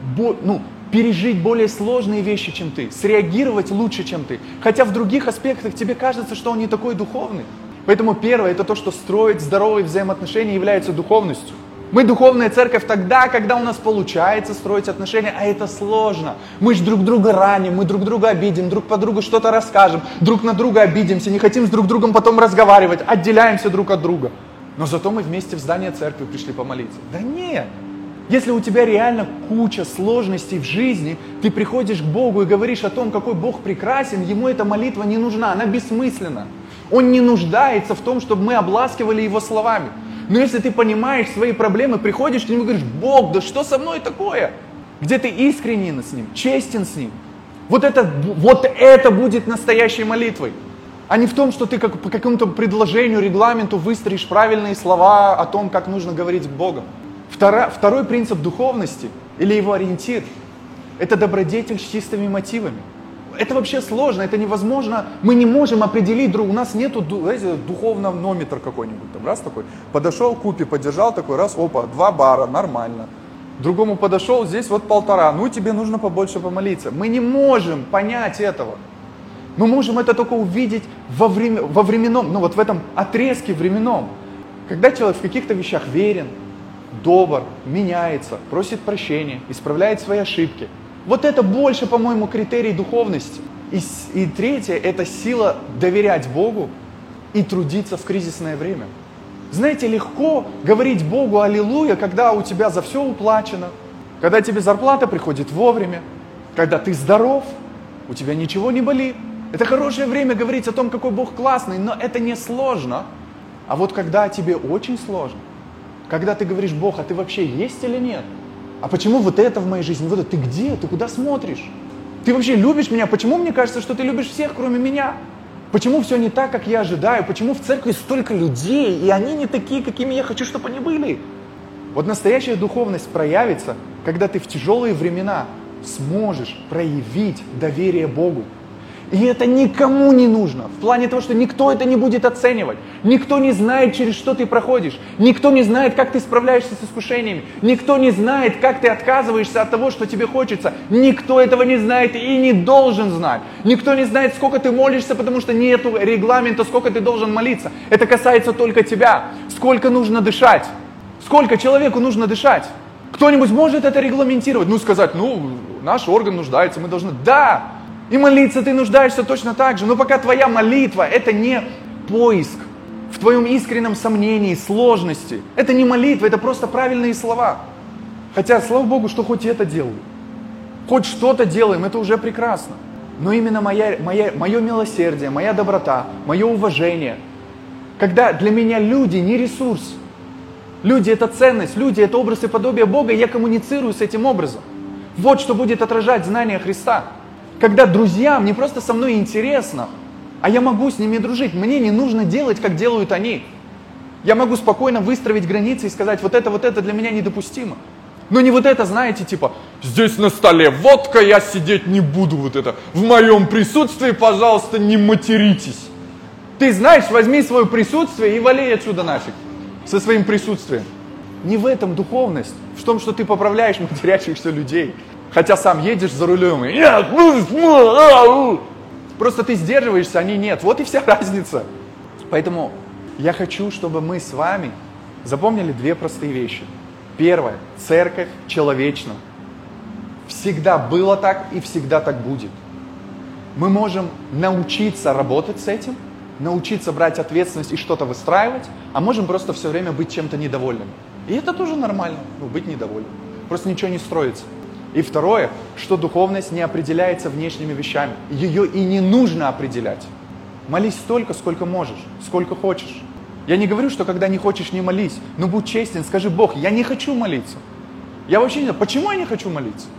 ну, пережить более сложные вещи, чем ты, среагировать лучше, чем ты. Хотя в других аспектах тебе кажется, что он не такой духовный. Поэтому первое, это то, что строить здоровые взаимоотношения является духовностью. Мы духовная церковь тогда, когда у нас получается строить отношения, а это сложно. Мы же друг друга раним, мы друг друга обидим, друг по другу что-то расскажем, друг на друга обидимся, не хотим с друг другом потом разговаривать, отделяемся друг от друга. Но зато мы вместе в здание церкви пришли помолиться. Да нет! Если у тебя реально куча сложностей в жизни, ты приходишь к Богу и говоришь о том, какой Бог прекрасен, Ему эта молитва не нужна, она бессмысленна. Он не нуждается в том, чтобы мы обласкивали Его словами. Но если ты понимаешь свои проблемы, приходишь к Нему и говоришь, Бог, да что со мной такое? Где ты искренен с Ним, честен с Ним. Вот это, вот это будет настоящей молитвой. А не в том, что ты как, по какому-то предложению, регламенту выстроишь правильные слова о том, как нужно говорить к Богу. Второ, второй принцип духовности, или его ориентир, это добродетель с чистыми мотивами. Это вообще сложно, это невозможно. Мы не можем определить друг, у нас нету, знаете, духовного нометра какой-нибудь. Там, раз такой, подошел, купи, подержал, такой, раз, опа, два бара, нормально. Другому подошел, здесь вот полтора, ну тебе нужно побольше помолиться. Мы не можем понять этого. Мы можем это только увидеть во, время, во временном, ну вот в этом отрезке временном. Когда человек в каких-то вещах верен, добр, меняется, просит прощения, исправляет свои ошибки. Вот это больше, по-моему, критерий духовности. И, и третье, это сила доверять Богу и трудиться в кризисное время. Знаете, легко говорить Богу аллилуйя, когда у тебя за все уплачено, когда тебе зарплата приходит вовремя, когда ты здоров, у тебя ничего не болит. Это хорошее время говорить о том, какой Бог классный, но это не сложно. А вот когда тебе очень сложно, когда ты говоришь, Бог, а ты вообще есть или нет? А почему вот это в моей жизни? Вот это, ты где? Ты куда смотришь? Ты вообще любишь меня? Почему мне кажется, что ты любишь всех, кроме меня? Почему все не так, как я ожидаю? Почему в церкви столько людей, и они не такие, какими я хочу, чтобы они были? Вот настоящая духовность проявится, когда ты в тяжелые времена сможешь проявить доверие Богу. И это никому не нужно, в плане того, что никто это не будет оценивать. Никто не знает, через что ты проходишь. Никто не знает, как ты справляешься с искушениями. Никто не знает, как ты отказываешься от того, что тебе хочется. Никто этого не знает и не должен знать. Никто не знает, сколько ты молишься, потому что нет регламента, сколько ты должен молиться. Это касается только тебя. Сколько нужно дышать? Сколько человеку нужно дышать? Кто-нибудь может это регламентировать? Ну, сказать, ну, наш орган нуждается, мы должны... Да! И молиться ты нуждаешься точно так же. Но пока твоя молитва, это не поиск в твоем искреннем сомнении, сложности. Это не молитва, это просто правильные слова. Хотя, слава Богу, что хоть это делаю. Хоть что-то делаем, это уже прекрасно. Но именно моя, моя, мое милосердие, моя доброта, мое уважение. Когда для меня люди не ресурс. Люди это ценность, люди это образ и подобие Бога, и я коммуницирую с этим образом. Вот что будет отражать знание Христа. Когда друзьям не просто со мной интересно, а я могу с ними дружить. Мне не нужно делать, как делают они. Я могу спокойно выстроить границы и сказать, вот это, вот это для меня недопустимо. Но не вот это, знаете, типа, здесь на столе водка, я сидеть не буду, вот это. В моем присутствии, пожалуйста, не материтесь. Ты знаешь, возьми свое присутствие и вали отсюда нафиг. Со своим присутствием. Не в этом духовность, в том, что ты поправляешь матерящихся людей. Хотя сам едешь за рулем и... Просто ты сдерживаешься, они нет. Вот и вся разница. Поэтому я хочу, чтобы мы с вами запомнили две простые вещи. Первое. Церковь человечна. Всегда было так и всегда так будет. Мы можем научиться работать с этим, научиться брать ответственность и что-то выстраивать, а можем просто все время быть чем-то недовольными. И это тоже нормально, ну, быть недовольным. Просто ничего не строится. И второе, что духовность не определяется внешними вещами. Ее и не нужно определять. Молись столько, сколько можешь, сколько хочешь. Я не говорю, что когда не хочешь, не молись. Но будь честен, скажи, Бог, я не хочу молиться. Я вообще не знаю, почему я не хочу молиться.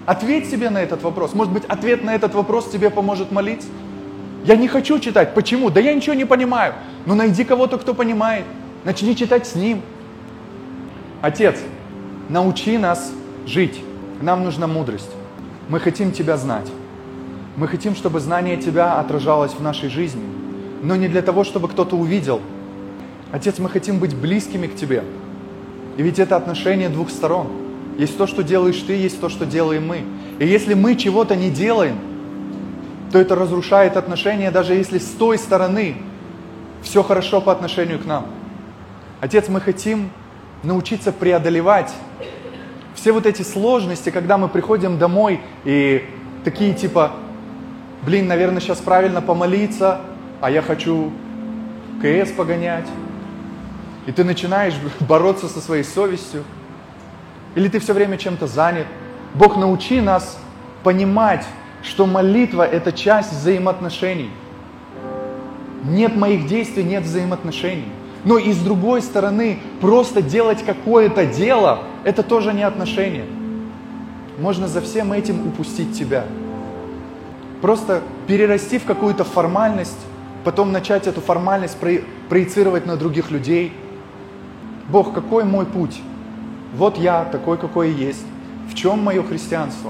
Ответь себе на этот вопрос. Может быть, ответ на этот вопрос тебе поможет молиться. Я не хочу читать. Почему? Да я ничего не понимаю. Ну найди кого-то, кто понимает. Начни читать с ним. Отец, научи нас жить. Нам нужна мудрость. Мы хотим Тебя знать. Мы хотим, чтобы знание Тебя отражалось в нашей жизни. Но не для того, чтобы кто-то увидел. Отец, мы хотим быть близкими к Тебе. И ведь это отношение двух сторон. Есть то, что делаешь Ты, есть то, что делаем мы. И если мы чего-то не делаем, то это разрушает отношения, даже если с той стороны все хорошо по отношению к нам. Отец, мы хотим научиться преодолевать все вот эти сложности, когда мы приходим домой и такие типа, блин, наверное, сейчас правильно помолиться, а я хочу КС погонять. И ты начинаешь бороться со своей совестью. Или ты все время чем-то занят. Бог, научи нас понимать, что молитва – это часть взаимоотношений. Нет моих действий, нет взаимоотношений. Но и с другой стороны, просто делать какое-то дело – это тоже не отношения. Можно за всем этим упустить Тебя. Просто перерасти в какую-то формальность, потом начать эту формальность проецировать на других людей. Бог, какой мой путь? Вот я такой, какой есть. В чем мое христианство?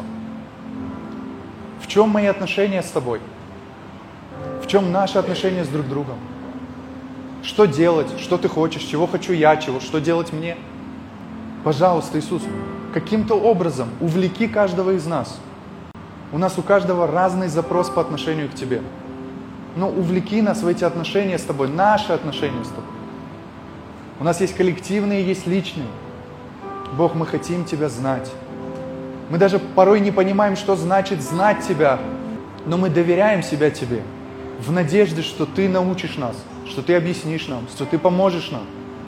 В чем мои отношения с Тобой? В чем наши отношения с друг другом? Что делать? Что Ты хочешь? Чего хочу я? Чего? Что делать мне? Пожалуйста, Иисус, каким-то образом увлеки каждого из нас. У нас у каждого разный запрос по отношению к Тебе. Но увлеки нас в эти отношения с Тобой, наши отношения с Тобой. У нас есть коллективные, есть личные. Бог, мы хотим Тебя знать. Мы даже порой не понимаем, что значит знать Тебя, но мы доверяем себя Тебе в надежде, что Ты научишь нас, что Ты объяснишь нам, что Ты поможешь нам.